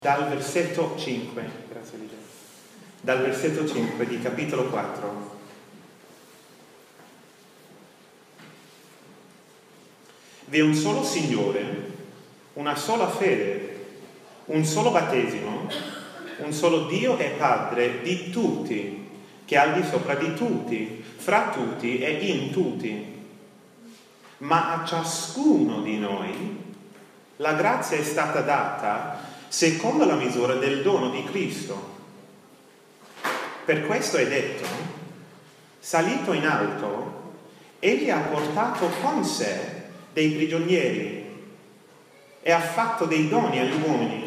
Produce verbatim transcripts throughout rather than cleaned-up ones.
Dal versetto cinque, grazie Lidia, dal versetto cinque di capitolo quattro. Vi è un solo Signore, una sola fede, un solo battesimo, un solo Dio e Padre di tutti, che è al di sopra di tutti, fra tutti e in tutti. Ma a ciascuno di noi la grazia è stata data secondo la misura del dono di Cristo. Per questo è detto, salito in alto, egli ha portato con sé dei prigionieri e ha fatto dei doni agli uomini.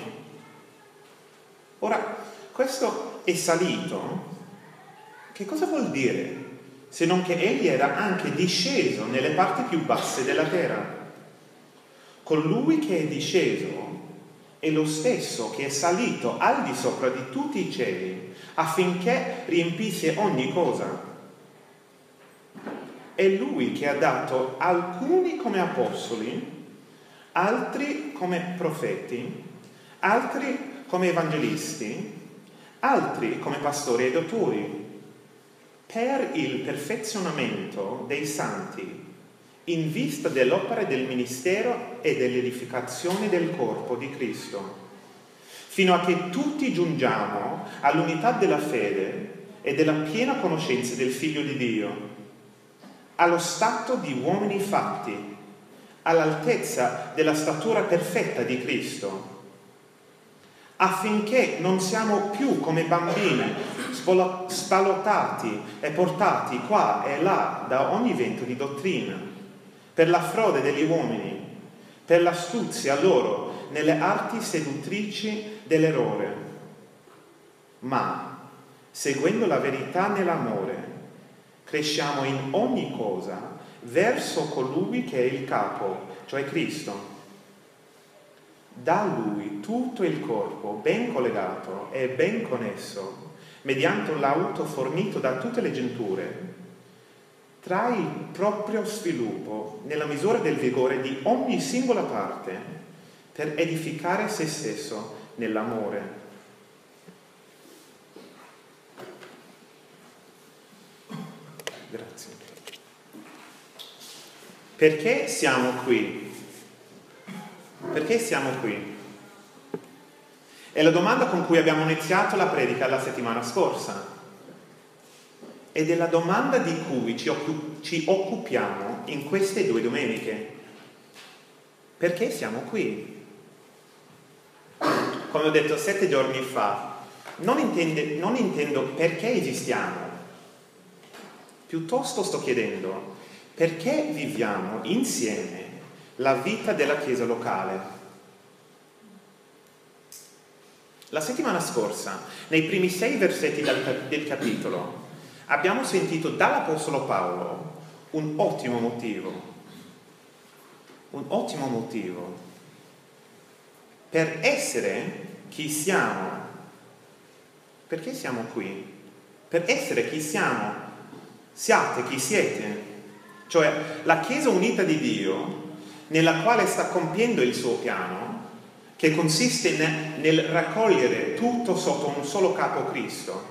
Ora, questo è salito, che cosa vuol dire? Se non che egli era anche disceso nelle parti più basse della terra. Colui che è disceso è lo stesso che è salito al di sopra di tutti i cieli affinché riempisse ogni cosa. È lui che ha dato alcuni come apostoli, altri come profeti, altri come evangelisti, altri come pastori e dottori, per il perfezionamento dei santi, in vista dell'opera del ministero e dell'edificazione del corpo di Cristo, fino a che tutti giungiamo all'unità della fede e della piena conoscenza del Figlio di Dio, allo stato di uomini fatti, all'altezza della statura perfetta di Cristo, affinché non siamo più come bambini spallottati e portati qua e là da ogni vento di dottrina, per la frode degli uomini, per l'astuzia loro nelle arti seduttrici dell'errore, ma seguendo la verità nell'amore cresciamo in ogni cosa verso colui che è il capo, cioè Cristo. Da lui tutto il corpo, ben collegato e ben connesso, mediante l'auto fornito da tutte le giunture, trae il proprio sviluppo nella misura del vigore di ogni singola parte per edificare se stesso nell'amore. Grazie. Perché siamo qui? Perché siamo qui? È la domanda con cui abbiamo iniziato la predica la settimana scorsa. Ed è la domanda di cui ci, occup- ci occupiamo in queste due domeniche. Perché siamo qui? Come ho detto sette giorni fa, non, intende, non intendo perché esistiamo. Piuttosto sto chiedendo perché viviamo insieme la vita della Chiesa locale. La settimana scorsa, nei primi sei versetti del, del capitolo, abbiamo sentito dall'Apostolo Paolo un ottimo motivo, un ottimo motivo per essere chi siamo. Perché siamo qui? Per essere chi siamo, siate chi siete, cioè la Chiesa unita di Dio, nella quale sta compiendo il suo piano, che consiste nel, nel raccogliere tutto sotto un solo capo, Cristo.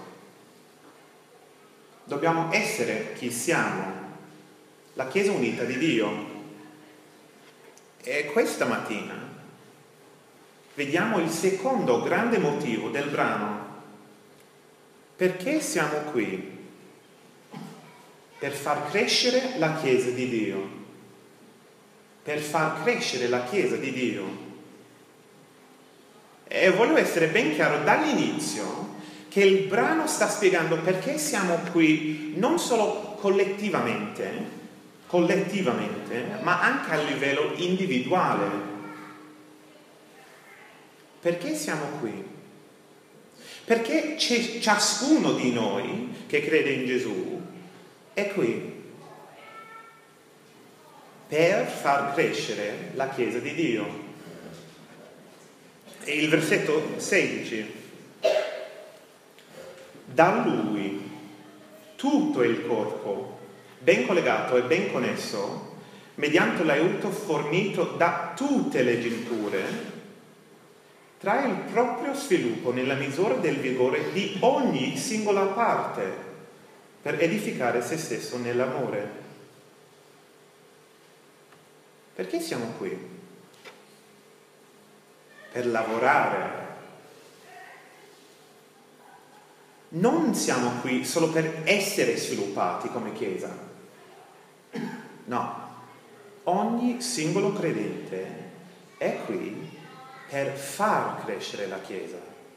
Dobbiamo essere chi siamo, la Chiesa unita di Dio. E questa mattina vediamo il secondo grande motivo del brano. Perché siamo qui? Per far crescere la Chiesa di Dio. Per far crescere la Chiesa di Dio. E voglio essere ben chiaro dall'inizio che il brano sta spiegando perché siamo qui non solo collettivamente, collettivamente, ma anche a livello individuale. Perché siamo qui? Perché c- ciascuno di noi che crede in Gesù è qui per far crescere la Chiesa di Dio. E il versetto sedici. Da lui tutto il corpo, ben collegato e ben connesso, mediante l'aiuto fornito da tutte le giunture, trae il proprio sviluppo nella misura del vigore di ogni singola parte per edificare se stesso nell'amore. Perché siamo qui? Per lavorare. Non siamo qui solo per essere sviluppati come Chiesa. No. Ogni singolo credente è qui per far crescere la Chiesa.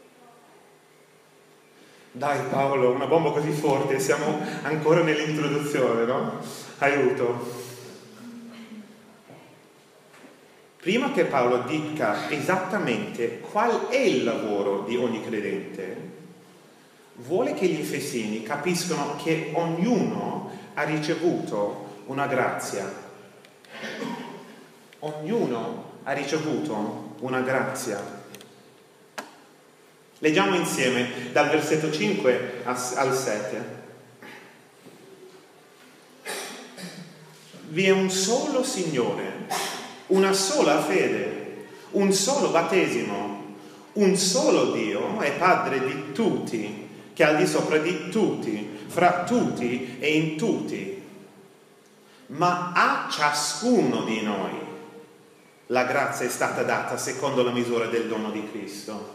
Dai Paolo, una bomba così forte, siamo ancora nell'introduzione, no? Aiuto. Prima che Paolo dica esattamente qual è il lavoro di ogni credente, vuole che gli Efesini capiscano che ognuno ha ricevuto una grazia. Ognuno ha ricevuto una grazia. Leggiamo insieme dal versetto cinque al sette. Vi è un solo Signore, una sola fede, un solo battesimo, un solo Dio e Padre di tutti, che è al di sopra di tutti, fra tutti e in tutti. Ma a ciascuno di noi la grazia è stata data secondo la misura del dono di Cristo.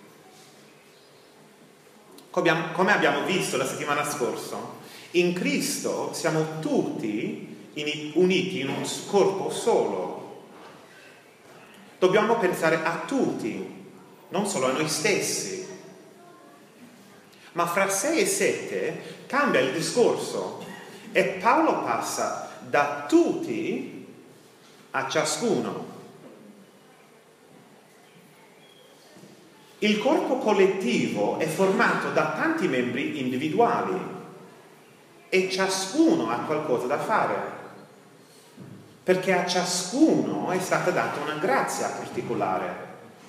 Come abbiamo visto la settimana scorsa, in Cristo siamo tutti uniti in un corpo solo. Dobbiamo pensare a tutti, non solo a noi stessi. Ma fra sei e sette cambia il discorso e Paolo passa da tutti a ciascuno. Il corpo collettivo è formato da tanti membri individuali e ciascuno ha qualcosa da fare, perché a ciascuno è stata data una grazia particolare.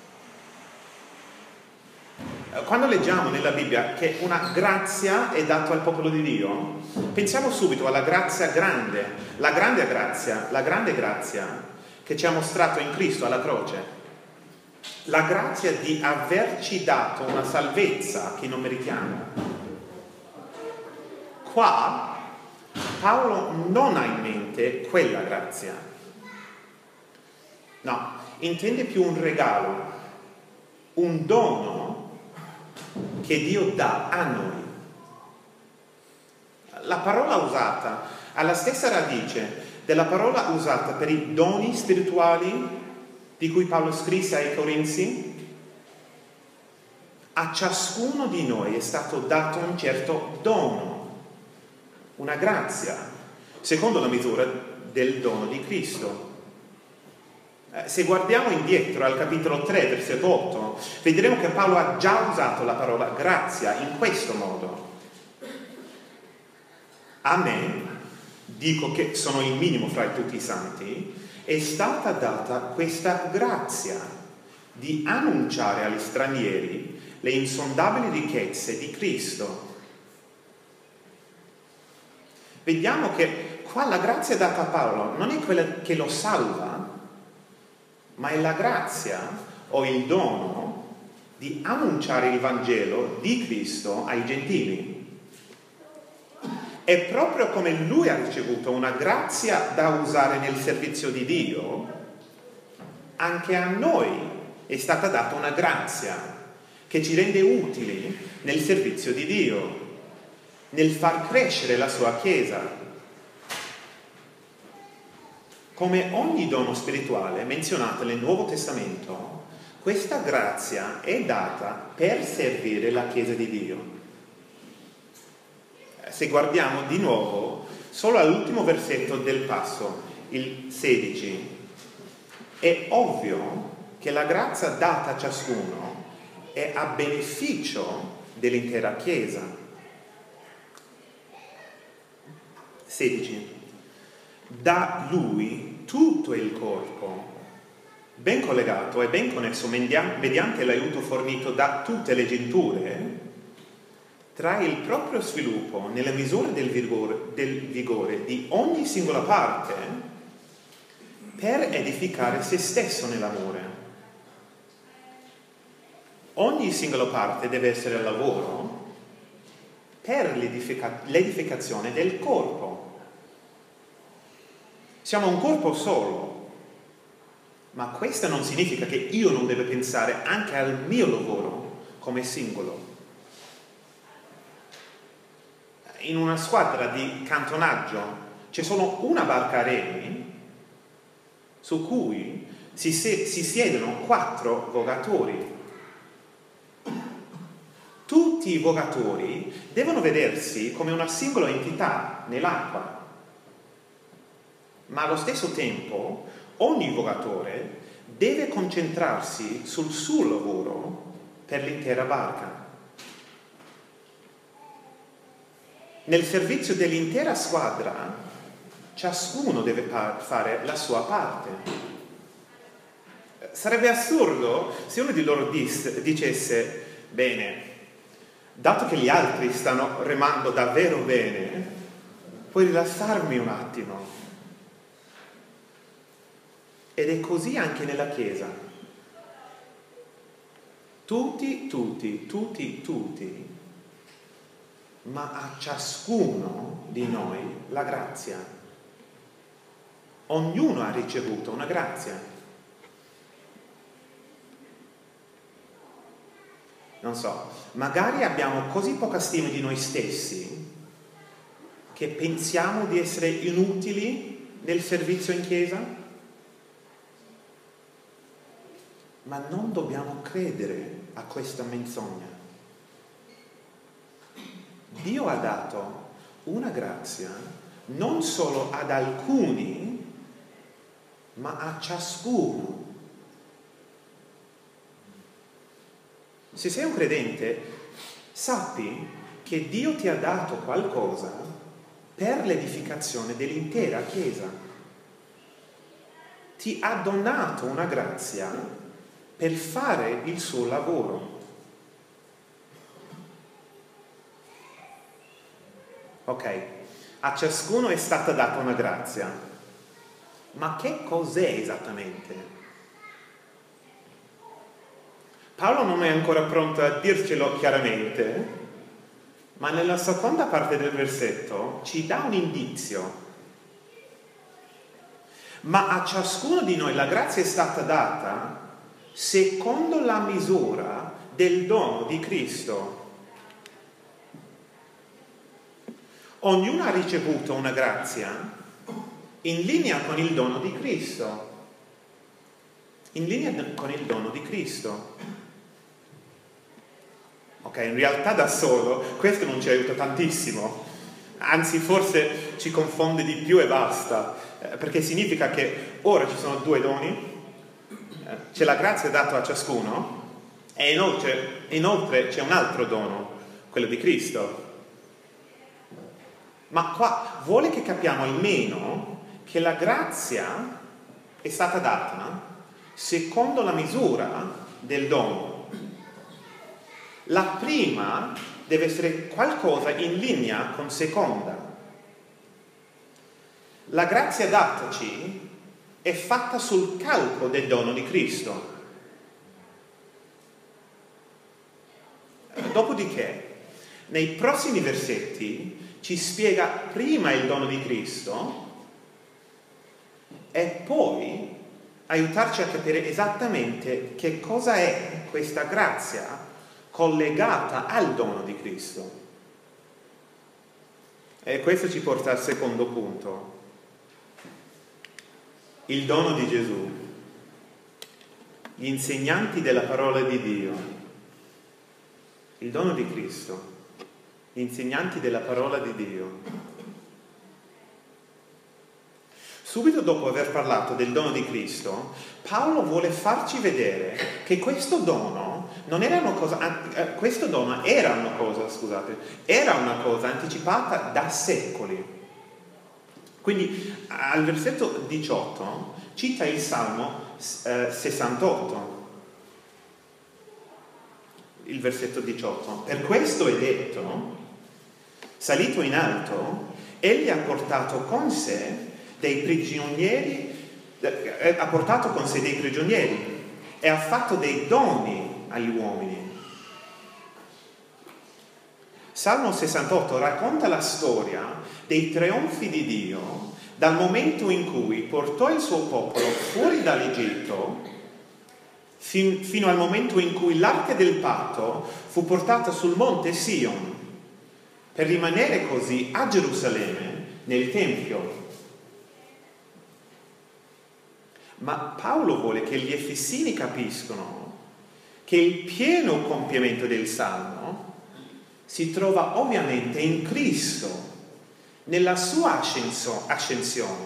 Quando leggiamo nella Bibbia che una grazia è data al popolo di Dio, pensiamo subito alla grazia grande, la grande grazia, la grande grazia che ci ha mostrato in Cristo alla croce. La grazia di averci dato una salvezza che non meritiamo. Qua Paolo non ha in mente quella grazia. No, intende più un regalo, un dono che Dio dà a noi. La parola usata ha la stessa radice della parola usata per i doni spirituali di cui Paolo scrisse ai Corinzi. A ciascuno di noi è stato dato un certo dono, una grazia, secondo la misura del dono di Cristo. Se guardiamo indietro al capitolo tre, versetto otto, vedremo che Paolo ha già usato la parola grazia in questo modo. A me, dico che sono il minimo fra tutti i santi, è stata data questa grazia di annunciare agli stranieri le insondabili ricchezze di Cristo. Vediamo che qua la grazia data a Paolo non è quella che lo salva, ma è la grazia o il dono di annunciare il Vangelo di Cristo ai gentili. E proprio come lui ha ricevuto una grazia da usare nel servizio di Dio, anche a noi è stata data una grazia che ci rende utili nel servizio di Dio, nel far crescere la sua Chiesa. Come ogni dono spirituale menzionato nel Nuovo Testamento, questa grazia è data per servire la Chiesa di Dio. Se guardiamo di nuovo solo all'ultimo versetto del passo, il sedici, è ovvio che la grazia data a ciascuno è a beneficio dell'intera Chiesa. sedici. Da lui tutto il corpo, ben collegato e ben connesso mediante l'aiuto fornito da tutte le giunture, trae il proprio sviluppo nella misura del vigore, del vigore di ogni singola parte per edificare se stesso nell'amore. ogni singola parte deve essere al lavoro per l'edifica- l'edificazione del corpo. Siamo un corpo solo, ma questo non significa che io non devo pensare anche al mio lavoro come singolo. In una squadra di cantonaggio c'è solo una barca a remi su cui si, se- si siedono quattro vogatori. Tutti i vogatori devono vedersi come una singola entità nell'acqua, ma allo stesso tempo ogni vogatore deve concentrarsi sul suo lavoro per l'intera barca. Nel servizio dell'intera squadra, ciascuno deve par- fare la sua parte. Sarebbe assurdo se uno di loro dis- dicesse, bene, dato che gli altri stanno remando davvero bene, puoi rilassarmi un attimo. Ed è così anche nella Chiesa. Tutti, tutti, tutti, tutti, ma a ciascuno di noi la grazia. Ognuno ha ricevuto una grazia. Non so, magari abbiamo così poca stima di noi stessi che pensiamo di essere inutili nel servizio in chiesa, ma non dobbiamo credere a questa menzogna. Dio ha dato una grazia non solo ad alcuni, ma a ciascuno. Se sei un credente, sappi che Dio ti ha dato qualcosa per l'edificazione dell'intera Chiesa. Ti ha donato una grazia per fare il suo lavoro. Ok, a ciascuno è stata data una grazia, ma che cos'è esattamente? Paolo non è ancora pronto a dircelo chiaramente, ma nella seconda parte del versetto ci dà un indizio. Ma a ciascuno di noi la grazia è stata data secondo la misura del dono di Cristo. Ognuno ha ricevuto una grazia in linea con il dono di Cristo. In linea con il dono di Cristo. Ok, in realtà da solo questo non ci aiuta tantissimo, anzi forse ci confonde di più e basta, eh, perché significa che ora ci sono due doni, eh, c'è la grazia data a ciascuno e inoltre, inoltre c'è un altro dono, quello di Cristo. Ma qua vuole che capiamo almeno che la grazia è stata data secondo la misura del dono. La prima deve essere qualcosa in linea con seconda. La grazia dataci è fatta sul calcolo del dono di Cristo. Dopodiché, nei prossimi versetti ci spiega prima il dono di Cristo e poi aiutarci a capire esattamente che cosa è questa grazia collegata al dono di Cristo. E questo ci porta al secondo punto. Il dono di Gesù. Gli insegnanti della parola di Dio. Il dono di Cristo. Gli insegnanti della parola di Dio. Subito dopo aver parlato del dono di Cristo, Paolo vuole farci vedere che questo dono non era una cosa, eh, questo dono era una cosa, scusate, era una cosa anticipata da secoli. Quindi al versetto diciotto cita il Salmo eh, sessantotto, il versetto diciotto. Per questo è detto, salito in alto, egli ha portato con sé dei prigionieri, ha portato con sé dei prigionieri e ha fatto dei doni agli uomini. Salmo sessantotto racconta la storia dei trionfi di Dio dal momento in cui portò il suo popolo fuori dall'Egitto fin, fino al momento in cui l'arca del patto fu portata sul monte Sion per rimanere così a Gerusalemme nel Tempio. Ma Paolo vuole che gli Efesini capiscono che il pieno compimento del Salmo si trova ovviamente in Cristo, nella sua ascensione,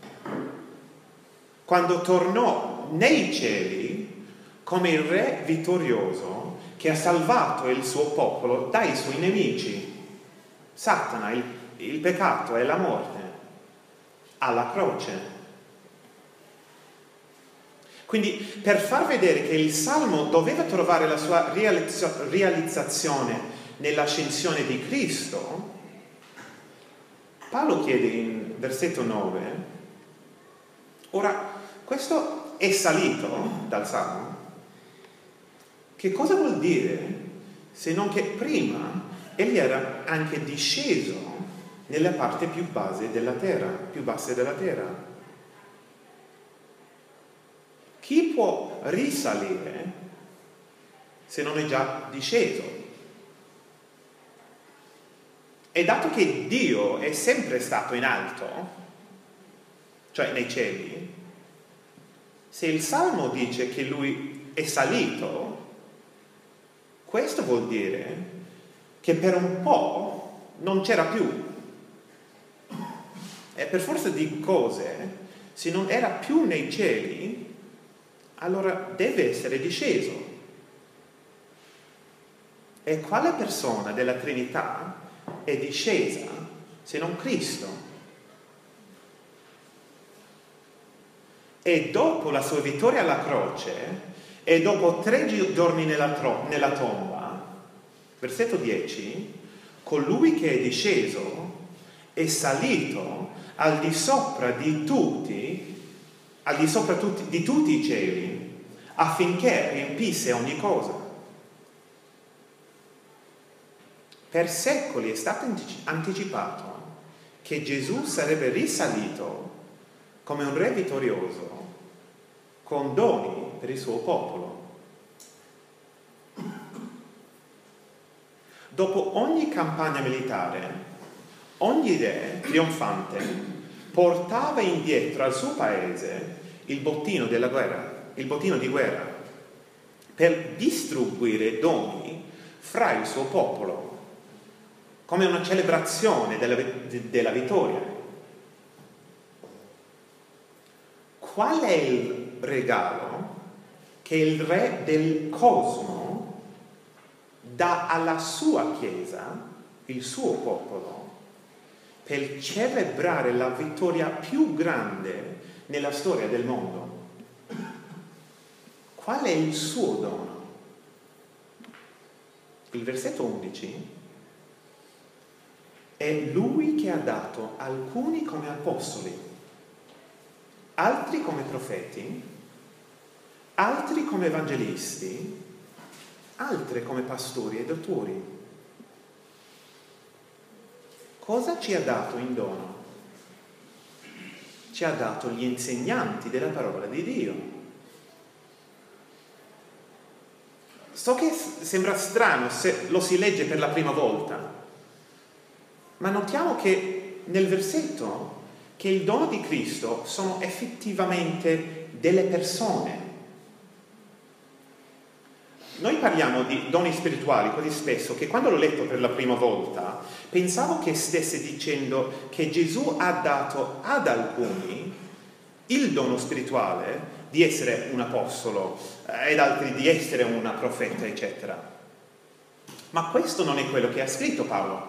quando tornò nei cieli come il re vittorioso che ha salvato il suo popolo dai suoi nemici, Satana, il, il peccato e la morte, alla croce. Quindi, per far vedere che il Salmo doveva trovare la sua realizza- realizzazione nell'ascensione di Cristo, Paolo chiede in versetto nove: ora, questo è salito dal Salmo? Che cosa vuol dire se non che prima egli era anche disceso nella parte più base della terra, più bassa della terra? Chi può risalire se non è già disceso? E dato che Dio è sempre stato in alto, cioè nei cieli, se il Salmo dice che lui è salito, questo vuol dire che per un po' non c'era più. E per forza di cose, se non era più nei cieli, allora deve essere disceso. E quale persona della Trinità è discesa se non Cristo? E dopo la sua vittoria alla croce e dopo tre giorni nella, tro- nella tomba, versetto dieci, colui che è disceso è salito al di sopra di tutti al di sopra tutti, di tutti i cieli, affinché riempisse ogni cosa. Per secoli è stato anticipato che Gesù sarebbe risalito come un re vittorioso, con doni per il suo popolo. Dopo ogni campagna militare, ogni re trionfante portava indietro al suo paese il bottino della guerra, il bottino di guerra, per distribuire doni fra il suo popolo, come una celebrazione della, della vittoria. Qual è il regalo che il re del cosmo dà alla sua Chiesa, il suo popolo, per celebrare la vittoria più grande nella storia del mondo? Qual è il suo dono? Il versetto undici è lui che ha dato alcuni come apostoli, altri come profeti, altri come evangelisti, altri come pastori e dottori. Cosa ci ha dato in dono? Ci ha dato gli insegnanti della parola di Dio. So che sembra strano se lo si legge per la prima volta, ma notiamo che nel versetto che il dono di Cristo sono effettivamente delle persone. Noi parliamo di doni spirituali così spesso che quando l'ho letto per la prima volta pensavo che stesse dicendo che Gesù ha dato ad alcuni il dono spirituale di essere un apostolo eh, ed altri di essere una profeta, eccetera. Ma questo non è quello che ha scritto Paolo.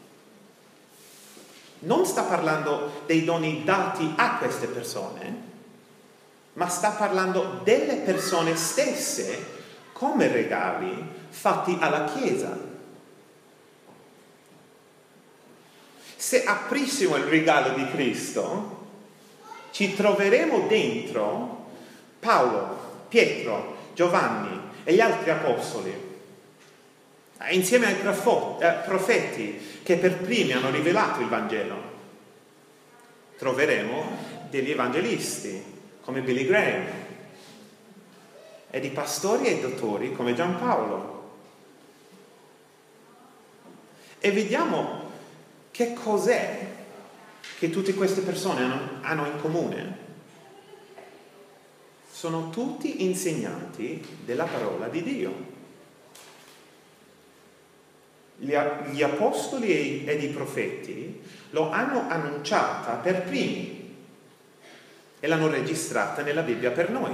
Non sta parlando dei doni dati a queste persone, ma sta parlando delle persone stesse come regali fatti alla Chiesa. Se aprissimo il regalo di Cristo, ci troveremo dentro Paolo, Pietro, Giovanni e gli altri apostoli. insieme ai profeti che per primi hanno rivelato il Vangelo. Troveremo degli evangelisti come Billy Graham e di pastori e dottori come Giampaolo. E vediamo che cos'è che tutte queste persone hanno, hanno in comune. Sono tutti insegnanti della parola di Dio. Gli apostoli ed i profeti lo hanno annunciata per primi e l'hanno registrata nella Bibbia per noi.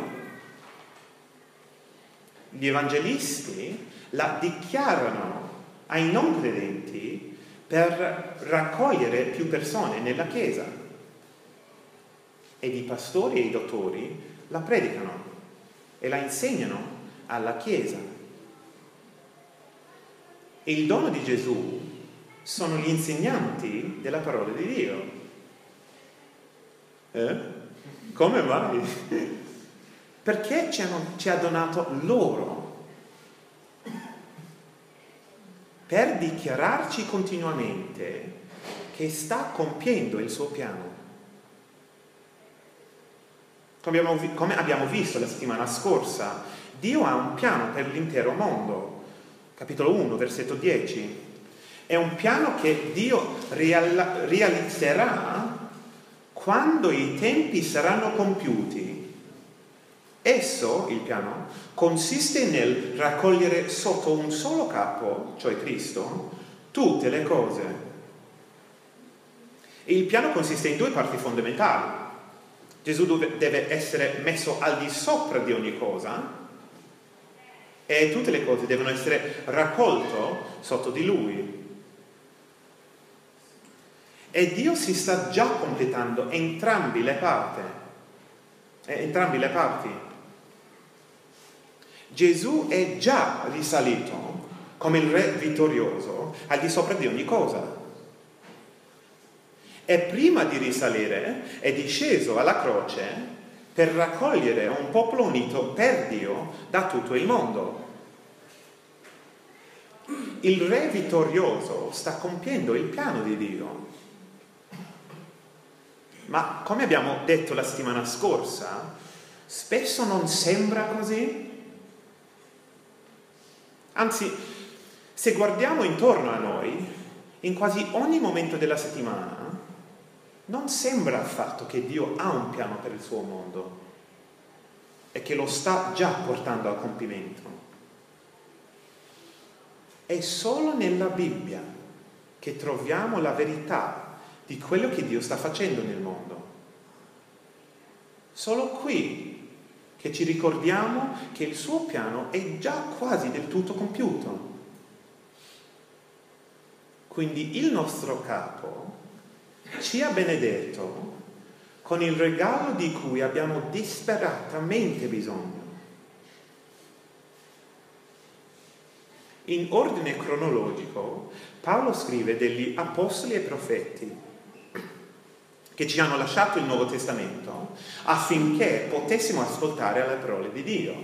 Gli evangelisti la dichiarano ai non credenti per raccogliere più persone nella Chiesa, ed i pastori e i dottori la predicano e la insegnano alla Chiesa. E il dono di Gesù sono gli insegnanti della parola di Dio. Eh? Come mai? Perché ci, hanno, ci ha donato loro per dichiararci continuamente che sta compiendo il suo piano. Come abbiamo, come abbiamo visto la settimana scorsa, Dio ha un piano per l'intero mondo. Capitolo uno, versetto dieci. È un piano che Dio real- realizzerà quando i tempi saranno compiuti. Esso, il piano, consiste nel raccogliere sotto un solo capo, cioè Cristo, tutte le cose. E il piano consiste in due parti fondamentali. Gesù deve essere messo al di sopra di ogni cosa e tutte le cose devono essere raccolte sotto di Lui. E Dio si sta già completando entrambi le parti. Entrambi le parti. Gesù è già risalito come il Re vittorioso al di sopra di ogni cosa. E prima di risalire è disceso alla croce per raccogliere un popolo unito per Dio da tutto il mondo. Il Re vittorioso sta compiendo il piano di Dio. Ma come abbiamo detto la settimana scorsa, spesso non sembra così. Anzi, se guardiamo intorno a noi, in quasi ogni momento della settimana, non sembra affatto che Dio ha un piano per il suo mondo e che lo sta già portando a compimento. È solo nella Bibbia che troviamo la verità di quello che Dio sta facendo nel mondo. Solo qui che ci ricordiamo che il suo piano è già quasi del tutto compiuto. Quindi il nostro capo ci ha benedetto con il regalo di cui abbiamo disperatamente bisogno. In ordine cronologico, Paolo scrive degli apostoli e profeti che ci hanno lasciato il Nuovo Testamento affinché potessimo ascoltare le parole di Dio.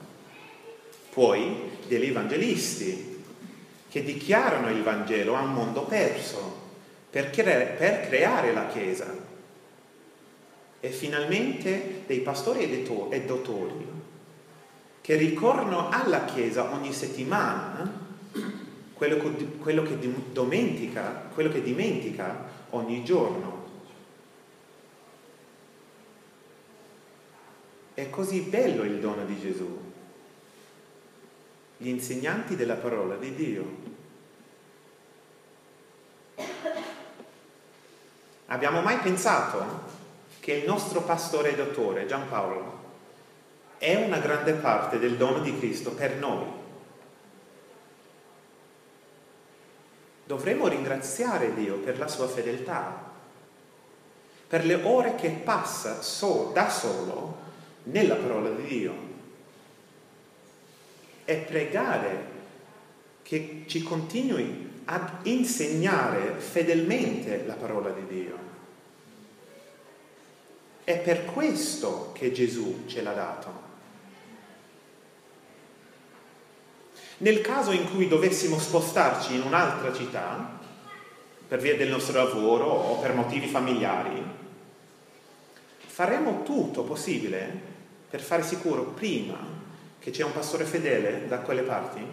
Poi degli evangelisti che dichiarano il Vangelo a un mondo perso per, cre- per creare la Chiesa. E finalmente dei pastori e dottori che ricorrono alla Chiesa ogni settimana quello che, quello che dimentica, quello che dimentica ogni giorno. È così bello il dono di Gesù. Gli insegnanti della parola di Dio. Abbiamo mai pensato che il nostro pastore e dottore Giampaolo è una grande parte del dono di Cristo per noi? Dovremmo ringraziare Dio per la sua fedeltà, per le ore che passa so, da solo nella parola di Dio, e pregare che ci continui ad insegnare fedelmente la parola di Dio. È per questo che Gesù ce l'ha dato. Nel caso in cui dovessimo spostarci in un'altra città, per via del nostro lavoro o per motivi familiari, faremo tutto possibile per fare sicuro prima che c'è un pastore fedele da quelle parti?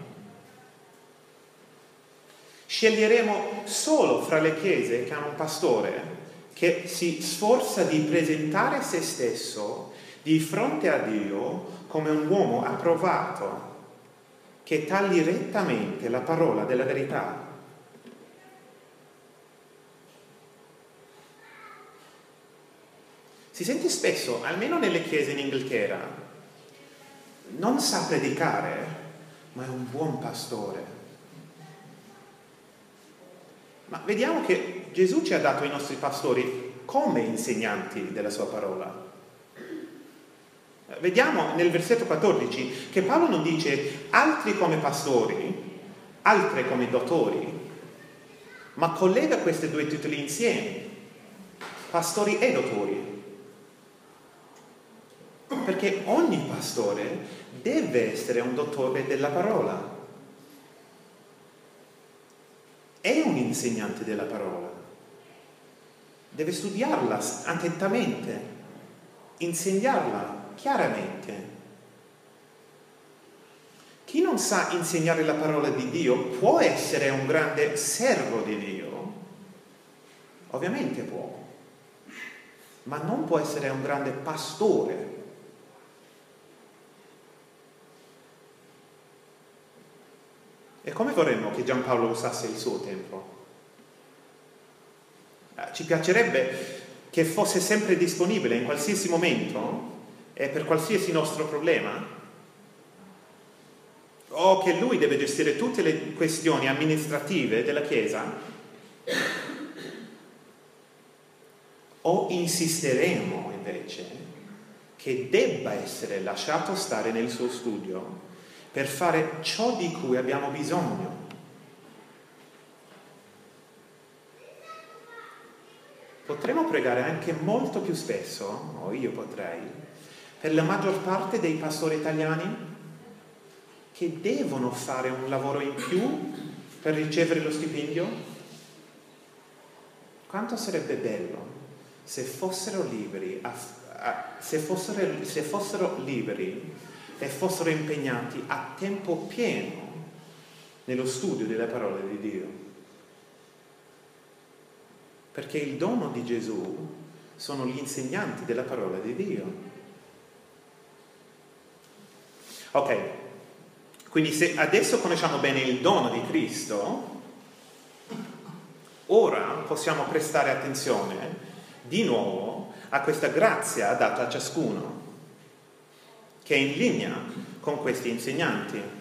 Sceglieremo solo fra le chiese che hanno un pastore che si sforza di presentare se stesso di fronte a Dio come un uomo approvato, che tagli rettamente la parola della verità. Si sente spesso, almeno nelle chiese in Inghilterra, non sa predicare, ma è un buon pastore. Ma vediamo che Gesù ci ha dato i nostri pastori come insegnanti della sua parola. Vediamo nel versetto quattordici che Paolo non dice altri come pastori, altre come dottori, ma collega questi due titoli insieme, pastori e dottori. Perché ogni pastore deve essere un dottore della parola. È un insegnante della parola. Deve studiarla attentamente, insegnarla chiaramente. Chi non sa insegnare la parola di Dio può essere un grande servo di Dio, ovviamente può, ma non può essere un grande pastore. E come vorremmo che Giampaolo usasse il suo tempo? Ci piacerebbe che fosse sempre disponibile in qualsiasi momento e per qualsiasi nostro problema, o che lui deve gestire tutte le questioni amministrative della Chiesa, o insisteremo invece che debba essere lasciato stare nel suo studio per fare ciò di cui abbiamo bisogno. Potremmo pregare anche molto più spesso, o io potrei, per la maggior parte dei pastori italiani che devono fare un lavoro in più per ricevere lo stipendio. Quanto sarebbe bello se fossero liberi, a, a, se, fossero, se fossero liberi e fossero impegnati a tempo pieno nello studio della parola di Dio. Perché il dono di Gesù sono gli insegnanti della parola di Dio. Ok, quindi se adesso conosciamo bene il dono di Cristo, ora possiamo prestare attenzione di nuovo a questa grazia data a ciascuno, che è in linea con questi insegnanti.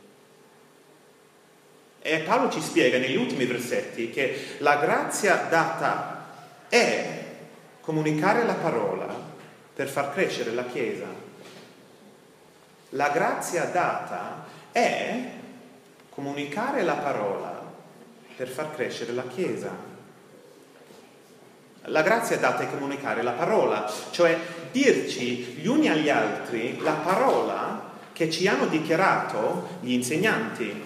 E Paolo ci spiega negli ultimi versetti che la grazia data è comunicare la parola per far crescere la Chiesa. La grazia data è comunicare la parola per far crescere la Chiesa. La grazia data è comunicare la parola, cioè dirci gli uni agli altri la parola che ci hanno dichiarato gli insegnanti.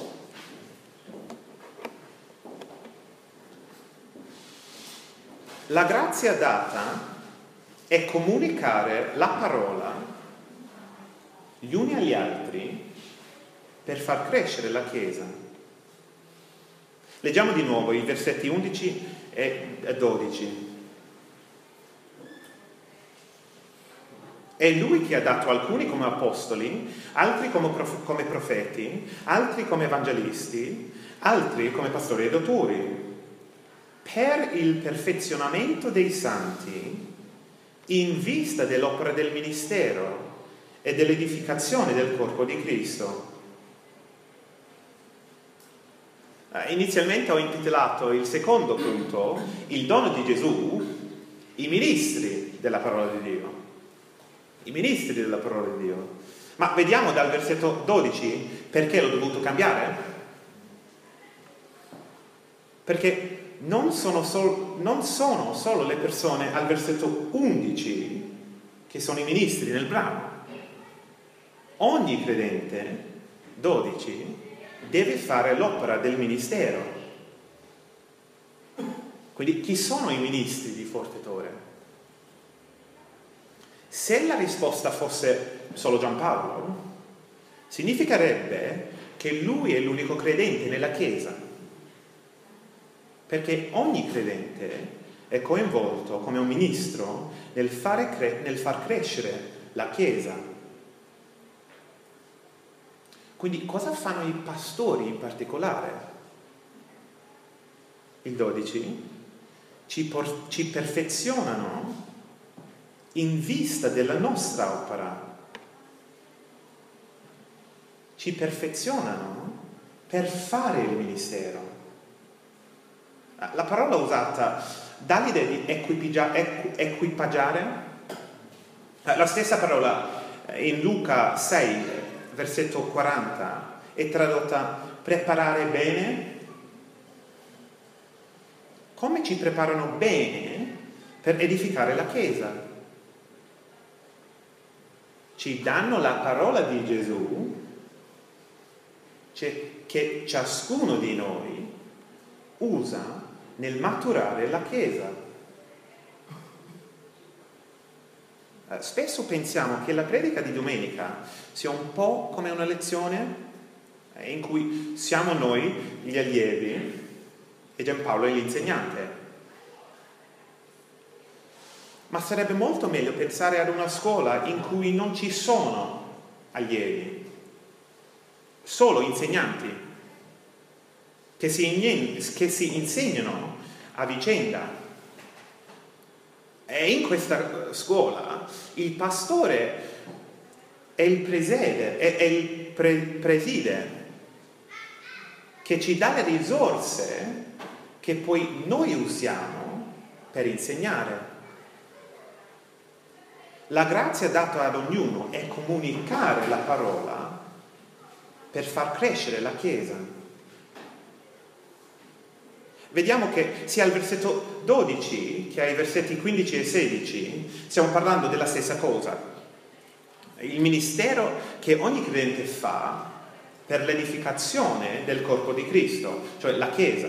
La grazia data è comunicare la parola gli uni agli altri per far crescere la Chiesa. Leggiamo di nuovo i versetti undici e dodici. È Lui che ha dato alcuni come apostoli, altri come, prof- come profeti, altri come evangelisti, altri come pastori e dottori, per il perfezionamento dei santi, in vista dell'opera del ministero e dell'edificazione del corpo di Cristo. Inizialmente ho intitolato il secondo punto, il dono di Gesù, i ministri della parola di Dio. I ministri della parola di Dio. Ma vediamo dal versetto dodici perché l'ho dovuto cambiare? Perché non sono, sol- non sono solo le persone al versetto undici che sono i ministri nel brano. Ogni credente dodici deve fare l'opera del ministero. Quindi chi sono i ministri di Fortitore? Se la risposta fosse solo Giampaolo, significherebbe che lui è l'unico credente nella Chiesa, perché ogni credente è coinvolto come un ministro nel, fare cre- nel far crescere la Chiesa. Quindi cosa fanno i pastori in particolare? Il dodici ci, por- ci perfezionano in vista della nostra opera. Ci perfezionano per fare il ministero. La parola usata dà l'idea di equipigia- equ- equipaggiare. La stessa parola in Luca sei, versetto quaranta, è tradotta preparare bene. Come ci preparano bene per edificare la Chiesa? Ci danno la parola di Gesù, che ciascuno di noi usa nel maturare la Chiesa. Spesso pensiamo che la predica di domenica sia un po' come una lezione in cui siamo noi gli allievi e Giampaolo è l'insegnante. Ma sarebbe molto meglio pensare ad una scuola in cui non ci sono allievi, solo insegnanti che si, che si insegnano a vicenda. E in questa scuola il pastore è il preside, è, è il pre, preside che ci dà le risorse che poi noi usiamo per insegnare. La grazia data ad ognuno è comunicare la parola per far crescere la Chiesa. Vediamo che sia al versetto dodici che ai versetti quindici e sedici stiamo parlando della stessa cosa. Il ministero che ogni credente fa per l'edificazione del corpo di Cristo, cioè la Chiesa.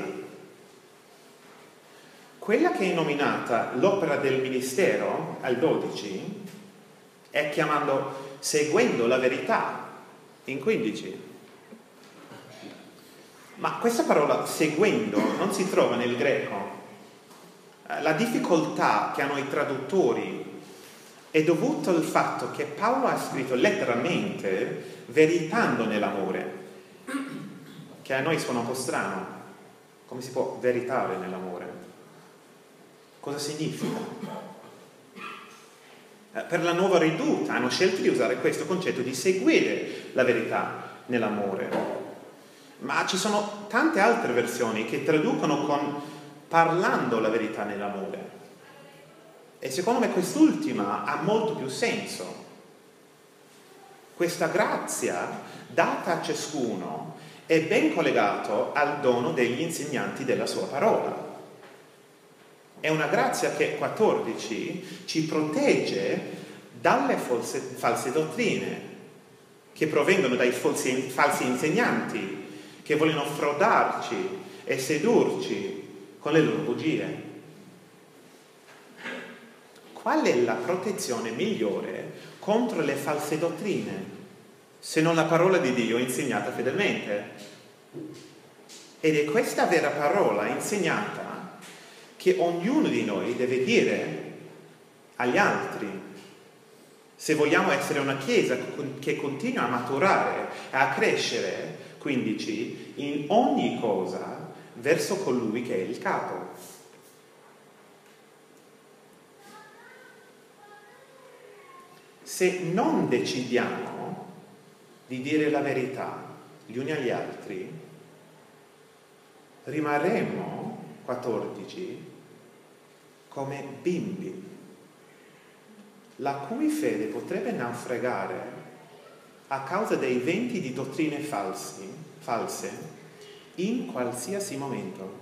Quella che è nominata l'opera del ministero al dodici è chiamando seguendo la verità in quindici. Ma questa parola seguendo non si trova nel greco. La difficoltà che hanno i traduttori è dovuta al fatto che Paolo ha scritto letteralmente veritando nell'amore, che a noi suona un po' strano. Come si può veritare nell'amore? Cosa significa? Per la nuova riduta hanno scelto di usare questo concetto di seguire la verità nell'amore. Ma ci sono tante altre versioni che traducono con parlando la verità nell'amore. E secondo me quest'ultima ha molto più senso. Questa grazia data a ciascuno è ben collegato al dono degli insegnanti della sua parola. È una grazia che, quattordici, ci protegge dalle false, false dottrine che provengono dai falsi, falsi insegnanti che vogliono frodarci e sedurci con le loro bugie. Qual è la protezione migliore contro le false dottrine se non la parola di Dio insegnata fedelmente? Ed è questa vera parola insegnata che ognuno di noi deve dire agli altri, se vogliamo essere una Chiesa che continua a maturare e a crescere, quindici, in ogni cosa verso colui che è il capo. Se non decidiamo di dire la verità gli uni agli altri, rimarremo, quattordici, come bimbi, la cui fede potrebbe naufragare a causa dei venti di dottrine falsi, false in qualsiasi momento.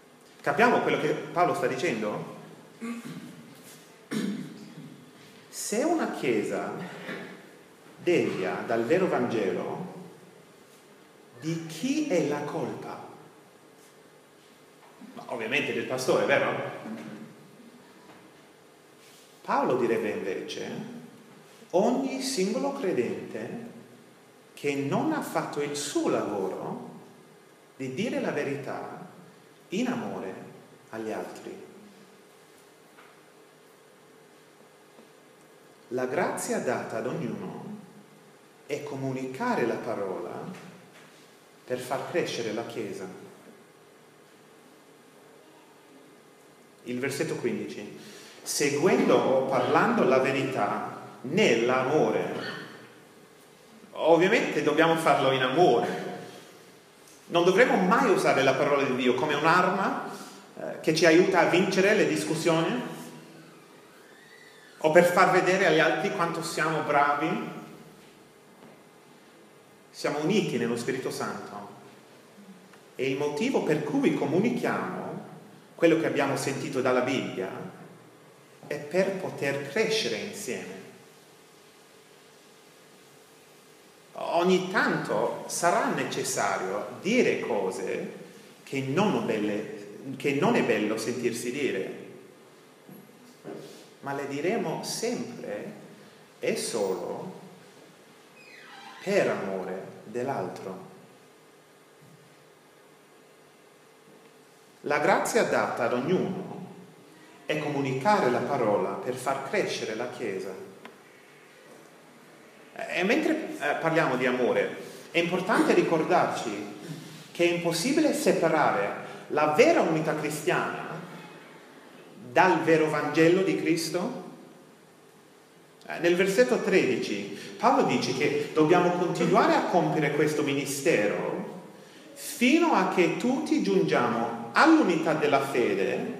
Capiamo quello che Paolo sta dicendo? Se Se una Chiesa devia dal vero Vangelo, di chi è la colpa? Ma ovviamente del pastore, vero? Paolo direbbe invece, ogni singolo credente che non ha fatto il suo lavoro di dire la verità in amore agli altri. La grazia data ad ognuno è comunicare la parola per far crescere la Chiesa. Il versetto quindici. Seguendo o parlando la verità nell'amore. Ovviamente dobbiamo farlo in amore. Non dovremmo mai usare la parola di Dio come un'arma eh, che ci aiuta a vincere le discussioni o per far vedere agli altri quanto siamo bravi. Siamo uniti nello Spirito Santo e il motivo per cui comunichiamo quello che abbiamo sentito dalla Bibbia è per poter crescere insieme. Ogni tanto sarà necessario dire cose che non, belle, che non è bello sentirsi dire, ma le diremo sempre e solo per amore dell'altro. La grazia data ad ognuno è comunicare la parola per far crescere la Chiesa. E mentre eh, parliamo di amore, è importante ricordarci che è impossibile separare la vera unità cristiana dal vero Vangelo di Cristo. Nel versetto tredici Paolo dice che dobbiamo continuare a compiere questo ministero fino a che tutti giungiamo all'unità della fede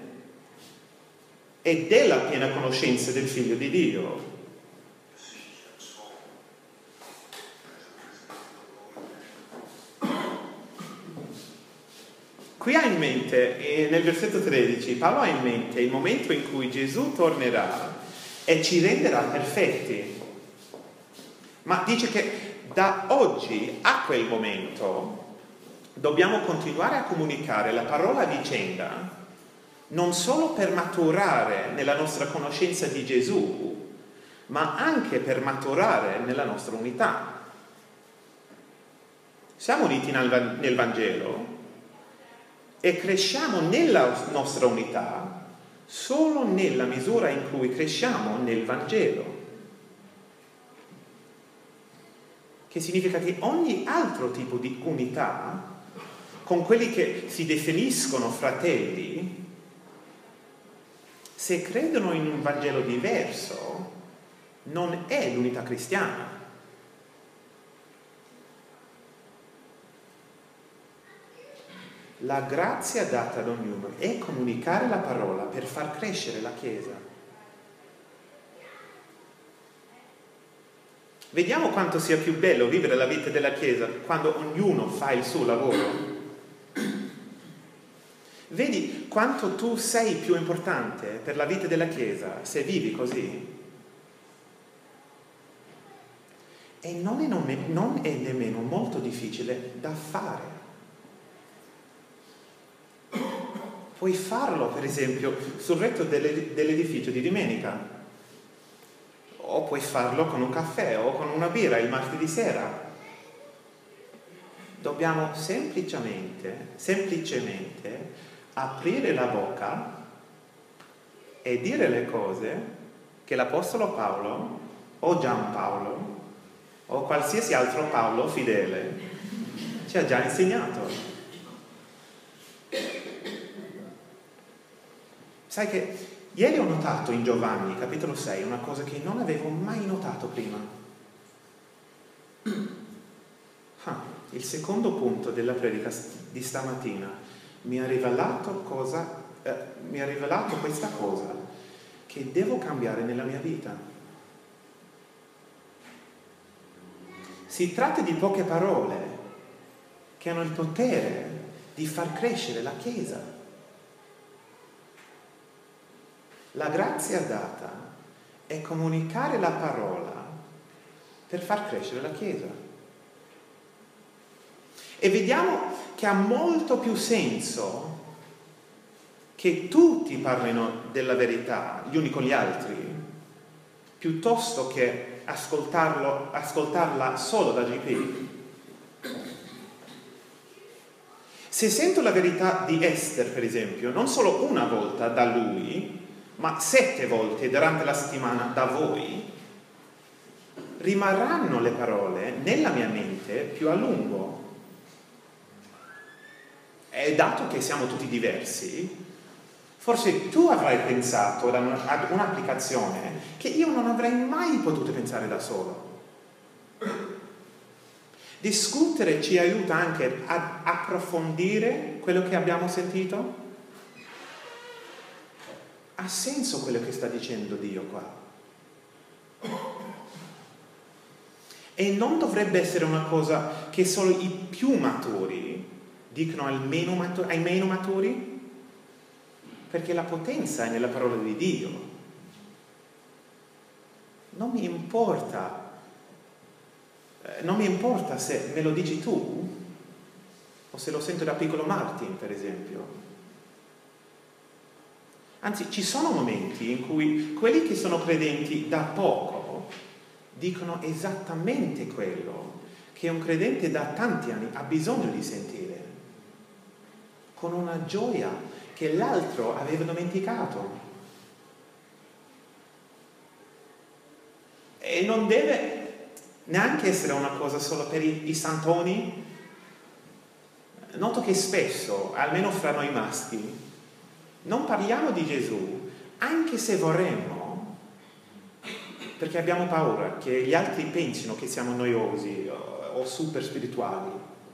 e della piena conoscenza del Figlio di Dio. Qui ha in mente, nel versetto tredici, Paolo ha in mente il momento in cui Gesù tornerà e ci renderà perfetti. Ma dice che da oggi a quel momento dobbiamo continuare a comunicare la parola a vicenda, non solo per maturare nella nostra conoscenza di Gesù, ma anche per maturare nella nostra unità. Siamo uniti nel Vangelo e cresciamo nella nostra unità solo nella misura in cui cresciamo nel Vangelo. Che significa che ogni altro tipo di unità, con quelli che si definiscono fratelli, se credono in un Vangelo diverso, non è l'unità cristiana. La grazia data ad ognuno è comunicare la parola per far crescere la Chiesa. Vediamo quanto sia più bello vivere la vita della Chiesa quando ognuno fa il suo lavoro. Vedi quanto tu sei più importante per la vita della Chiesa se vivi così. E non è, non è nemmeno molto difficile da fare. Puoi farlo, per esempio, sul retro dell'edificio di domenica, o puoi farlo con un caffè o con una birra il martedì sera. Dobbiamo semplicemente, semplicemente aprire la bocca e dire le cose che l'Apostolo Paolo o Giampaolo o qualsiasi altro Paolo fedele ci ha già insegnato. Sai che ieri ho notato in Giovanni, capitolo sei, una cosa che non avevo mai notato prima. Ah, il secondo punto della predica di stamattina mi ha rivelato cosa, eh, mi ha rivelato questa cosa che devo cambiare nella mia vita. Si tratta di poche parole che hanno il potere di far crescere la Chiesa. La grazia data è comunicare la parola per far crescere la Chiesa. E vediamo che ha molto più senso che tutti parlino della verità gli uni con gli altri, piuttosto che ascoltarlo, ascoltarla solo da G P. Se sento la verità di Esther, per esempio, non solo una volta da lui, ma sette volte durante la settimana da voi, rimarranno le parole nella mia mente più a lungo. E dato che siamo tutti diversi, forse tu avrai pensato ad un'applicazione che io non avrei mai potuto pensare da solo. Discutere ci aiuta anche ad approfondire quello che abbiamo sentito. Ha senso quello che sta dicendo Dio qua? E non dovrebbe essere una cosa che solo i più maturi dicono ai meno maturi, ai meno maturi? Perché la potenza è nella parola di Dio. Non mi importa Non mi importa se me lo dici tu o se lo sento da piccolo Martin, per esempio. Anzi, ci sono momenti in cui quelli che sono credenti da poco dicono esattamente quello che un credente da tanti anni ha bisogno di sentire, con una gioia che l'altro aveva dimenticato. E non deve neanche essere una cosa solo per i, i santoni. Noto che spesso, almeno fra noi maschi, non parliamo di Gesù, anche se vorremmo, perché abbiamo paura che gli altri pensino che siamo noiosi o, o super spirituali.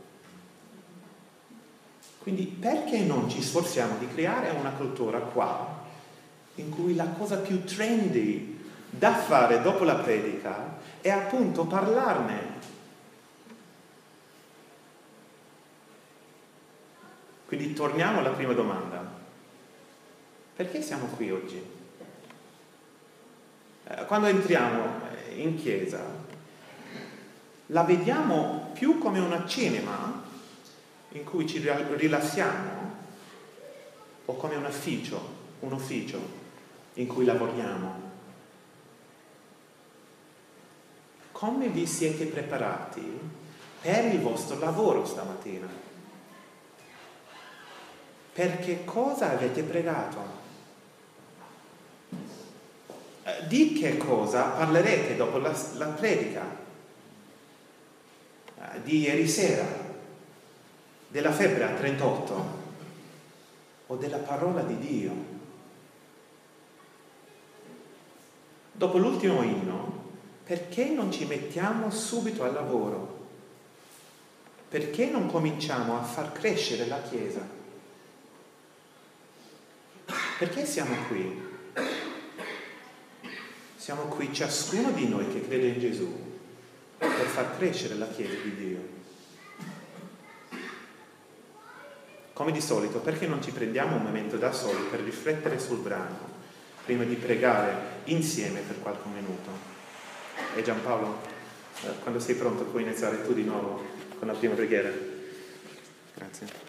Quindi perché non ci sforziamo di creare una cultura qua, in cui la cosa più trendy da fare dopo la predica è appunto parlarne. Quindi torniamo alla prima domanda. Perché siamo qui oggi? Quando entriamo in chiesa, la vediamo più come una cinema in cui ci rilassiamo o come un ufficio, un ufficio in cui lavoriamo? Come vi siete preparati per il vostro lavoro stamattina? Per che cosa avete pregato? Di che cosa parlerete dopo la, la predica? Di ieri sera? Della febbre a trentotto? O della parola di Dio? Dopo l'ultimo inno, perché non ci mettiamo subito al lavoro? Perché non cominciamo a far crescere la Chiesa? Perché siamo qui? Siamo qui ciascuno di noi che crede in Gesù per far crescere la Chiesa di Dio. Come di solito, perché non ci prendiamo un momento da soli per riflettere sul brano prima di pregare insieme per qualche minuto? E Giampaolo, quando sei pronto puoi iniziare tu di nuovo con la prima preghiera. Grazie.